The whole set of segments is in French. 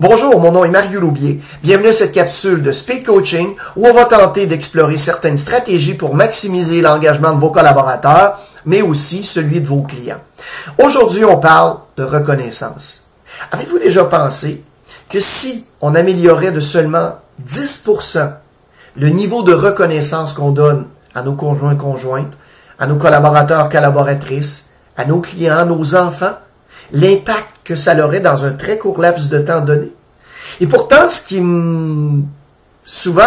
Bonjour, mon nom est Mario Loubier. Bienvenue à cette capsule de Speed Coaching où on va tenter d'explorer certaines stratégies pour maximiser l'engagement de vos collaborateurs, mais aussi celui de vos clients. Aujourd'hui, on parle de reconnaissance. Avez-vous déjà pensé que si on améliorait de seulement 10% le niveau de reconnaissance qu'on donne à nos conjoints-conjointes, à nos collaborateurs-collaboratrices, à nos clients, à nos enfants, l'impact que ça aurait dans un très court laps de temps donné? Et pourtant, ce qui souvent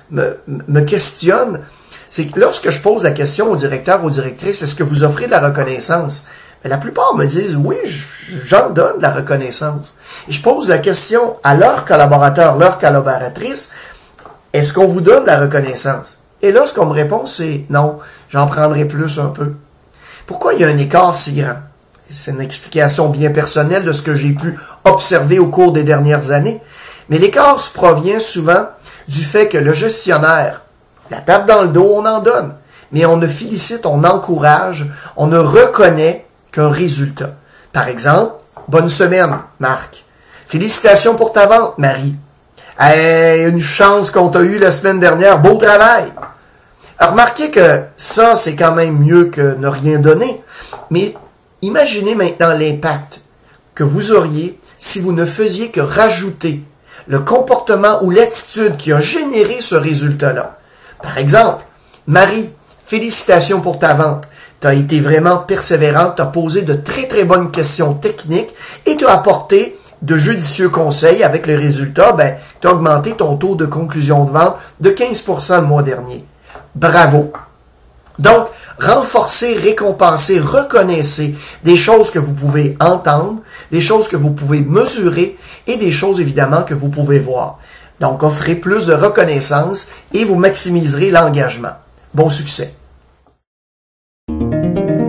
me questionne, c'est que lorsque je pose la question au directeur, aux directrices, est-ce que vous offrez de la reconnaissance? Mais la plupart me disent, oui, j'en donne de la reconnaissance. Et je pose la question à leurs collaborateurs, leurs collaboratrices, est-ce qu'on vous donne de la reconnaissance? Et là, ce qu'on me répond, c'est non, j'en prendrai plus un peu. Pourquoi il y a un écart si grand? C'est une explication bien personnelle de ce que j'ai pu observer au cours des dernières années. Mais l'écart provient souvent du fait que le gestionnaire, la tape dans le dos, on en donne. Mais on ne félicite, on encourage, on ne reconnaît qu'un résultat. Par exemple, bonne semaine, Marc. Félicitations pour ta vente, Marie. Hey, une chance qu'on t'a eue la semaine dernière. Beau travail. Alors, remarquez que ça, c'est quand même mieux que ne rien donner. Mais imaginez maintenant l'impact que vous auriez si vous ne faisiez que rajouter le comportement ou l'attitude qui a généré ce résultat-là. Par exemple, Marie, félicitations pour ta vente. Tu as été vraiment persévérante, tu as posé de très très bonnes questions techniques et tu as apporté de judicieux conseils avec le résultat, tu as augmenté ton taux de conclusion de vente de 15% le mois dernier. Bravo! Donc, renforcez, récompensez, reconnaissez des choses que vous pouvez entendre, des choses que vous pouvez mesurer et des choses évidemment que vous pouvez voir. Donc, offrez plus de reconnaissance et vous maximiserez l'engagement. Bon succès!